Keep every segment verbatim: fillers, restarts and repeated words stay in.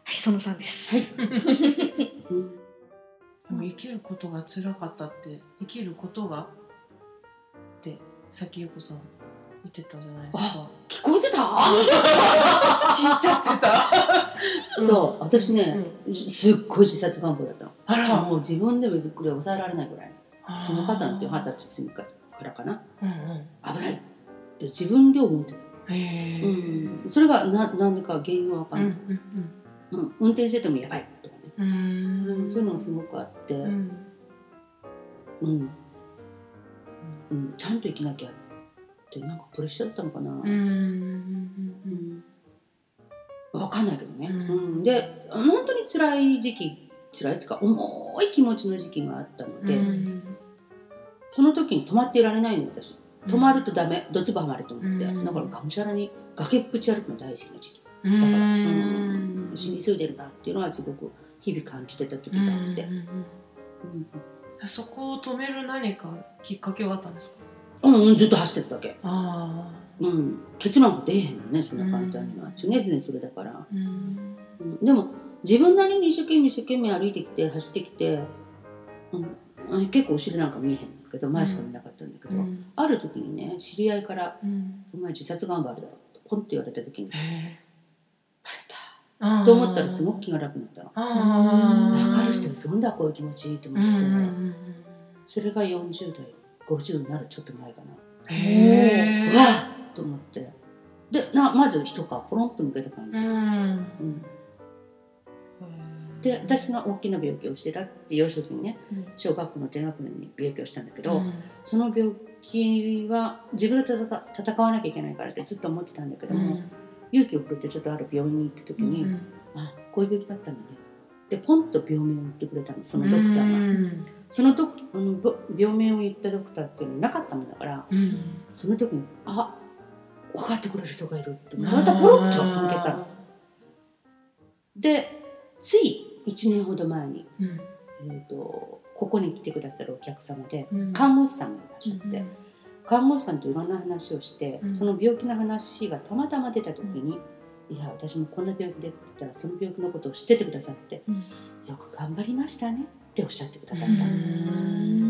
はい、園さんです。 はい。うん、でも生きることが辛かったって生きることがってさっきゆうこさん言ってたじゃないですか。 あ、聞こえてた？ 聞いちゃってた。 そう、私ね、うん、すっごい自殺願望だったの。 あら、 もう自分でもびっくり抑えられないぐらいその方なんですよ。二十歳過ぎからかな、うんうん、危ないって自分で思ってた。へー、うん、それがな何でか原因は分かんない、うんうんうん、運転しててもやばいとかね、うん、そういうのがすごくあって、うんうんうん、ちゃんと生きなきゃってなんかプレッシャーだったのかな、うんうん、分かんないけどね、うんうん、で本当に辛い時期辛いっていうか重い気持ちの時期があったので、うん、その時に止まっていられないの私。止まるとダメ、どっちもハマると思って、うん、だからがむしゃらに崖っぷち歩くの大好きな時期だから、うん、死に急いでるなっていうのはすごく日々感じてた時があって、うんうんうん、そこを止める何かきっかけはあったんですか？ うん、うん、ずっと走ってただけ。 あ、 うん、結論が出えへんのね、そんな簡単には、うん、常々それだから、うんうん、でも自分なりに一生懸命一生懸命歩いてきて走ってきて、うん、結構後ろなんか見えへんけど前しか見なかったんだけど、うん、ある時にね知り合いから「うん、お前自殺願望あるだろ」ってポンって言われた時にバレたと思ったらすごく気が楽になったの。分かる人いるんだこういう気持ちと思って、うん、それがよんじゅうだいごじゅうになるちょっと前かな。へー、わっと思ってでなまず一皮ポロンと抜けた感じ、うんうんで私が大きな病気をしてたって幼少期にね、うん、小学校の低学年に病気をしたんだけど、うん、その病気は自分で戦わなきゃいけないからってずっと思ってたんだけども、うん、勇気を振るってちょっとある病院に行った時に、うん、あこういう病気だったんだねでポンと病名を言ってくれたのそのドクターが、うん、そのドクあの病名を言ったドクターっていうのなかったもんだから、うん、その時にあ分かってくれる人がいるってまたポロッと抜けたのでついいちねんほど前に、うんえー、とここに来てくださるお客様で、うん、看護師さんがいらっしゃって、うん、看護師さんといろんな話をして、うん、その病気の話がたまたま出た時に、うん、いや私もこんな病気でって言ったらその病気のことを知っててくださって、うん、よく頑張りましたねっておっしゃってくださった、うん、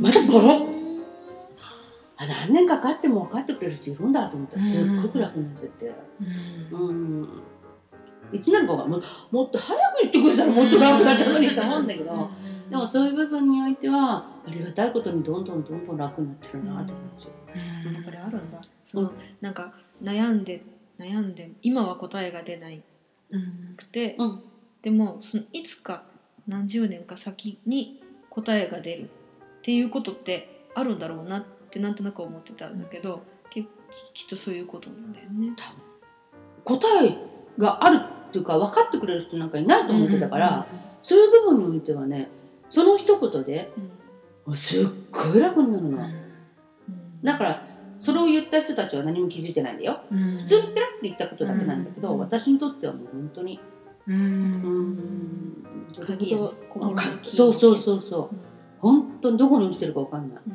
またボロッあ何年かかっても分かってくれる人いるんだと思ったらすっごく楽になっちゃって、うんうんいつなるかが も, もっと早く言ってくれたらもっと楽だったのにと思うんだけどでもそういう部分においてはありがたいことにどんどんどんどん楽になってるなって感じ、 うん、やっぱりあるんだその、うん、なんか悩んで悩んで今は答えが出ないくて、うん、でもそのいつか何十年か先に答えが出るっていうことってあるんだろうなってなんとなく思ってたんだけど、き, きっとそういうことなんだよね。 答えがあるっていうか分かってくれる人なんかいないと思ってたから、うんうんうん、そういう部分においてはねその一言で、うん、すっごい楽になるの、うん、だからそれを言った人たちは何も気づいてないんだよ、うん、普通にペラッて言ったことだけなんだけど、うん、私にとってはもう本当にうんうん鍵や心のキーそうそうそうそう、うん、本当にどこに落ちてるか分かんない、うん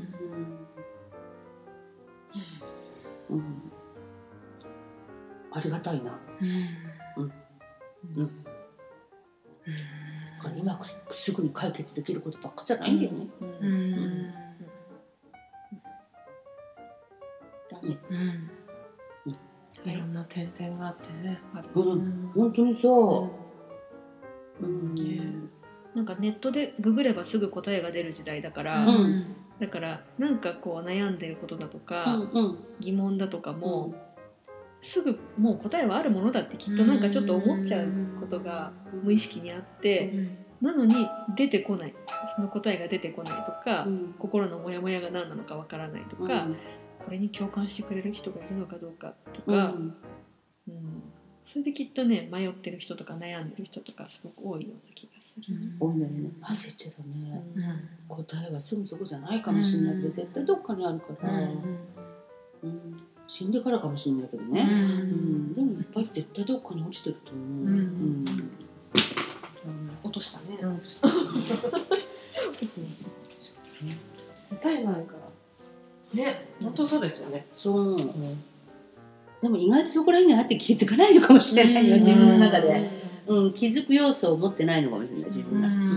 うんうん、ありがたいなうんうんうん、だから今すぐに解決できることばっかじゃないんだよね。うんうんうんだねうんうん、いろんな点々があってね。 うん、本当にそう。うん、 ね、なんかネットでググればすぐ答えが出る時代だから、うん、だからなんかこう悩んでることだとか、うんうん、疑問だとかも。うんすぐもう答えはあるものだってきっとなんかちょっと思っちゃうことが無意識にあって、うん、なのに出てこないその答えが出てこないとか、うん、心のモヤモヤが何なのかわからないとか、うん、これに共感してくれる人がいるのかどうかとか、うんうん、それできっとね迷ってる人とか悩んでる人とかすごく多いような気がする、ね、 多いんだよね。焦っちゃだね、うん、答えはすぐそこじゃないかもしれないけど、うん、絶対どっかにあるから、うんうん死んでからかもしれないけどね、うんうん、でもやっぱり絶対どっかに落ちてると思う、うんうん、 落としたね、 うん、落としたね答えないからね、本当そうですよね。 そう、うん、でも意外とそこら辺にあって気づかないのかもしれないよ、自分の中で、 うん、気づく要素を持ってないのかもしれない自分が。うんうん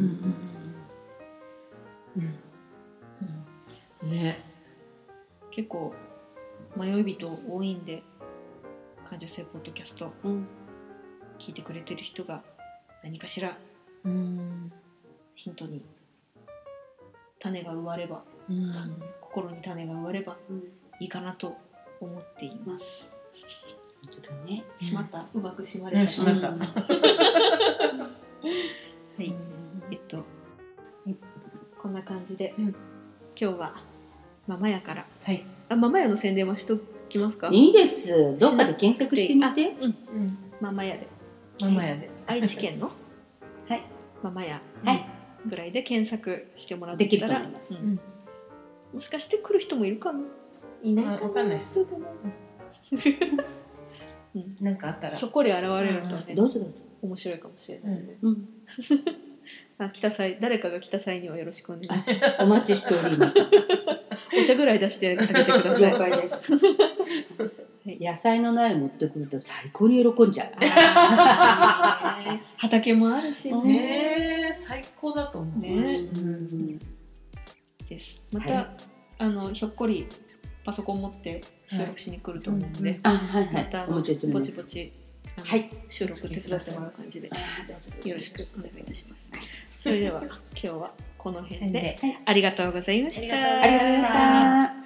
うんうん、ね、 結構迷い人多いんで、感受性ポッドキャスト、うん、聞いてくれてる人が何かしら、うん、ヒントに種が植われば、うん、心に種が植わればいいかなと思っています。 本当だね。 しまった、うまくしまれた。 しまった。はい 、えっとこんな感じで、うん、今日はママヤから、はい、あ、ママヤの宣伝はしときますか？ いいです。どっかで検索してみて。 うんうん、ママヤで。 ママヤで。 愛知県のはい、 ママヤぐらいで検索してもらったらできると思います。うん、もしかして来る人もいるかな？いないかな？ わかんないです。うん、なんかあったらそこで現れるとね、 どうぞどうぞ面白いかもしれないので、うん、あ、来た際、誰かが来た際にはよろしくお願いします。 お待ちしております。 お茶ぐらい出してあげてください。 了解です。野菜の苗持ってくると最高に喜んじゃう。 畑もあるしね、最高だと思うね。うん、 です。また、はい、あのひょっこりパソコン持って収録しに来ると思うので、はい、 あ、はいはい、 またぼちぼちはい、 収録手伝ってもらう感じでよろしくお願いいたします。それでは今日はこの辺でありがとうございました。 ありがとうございました。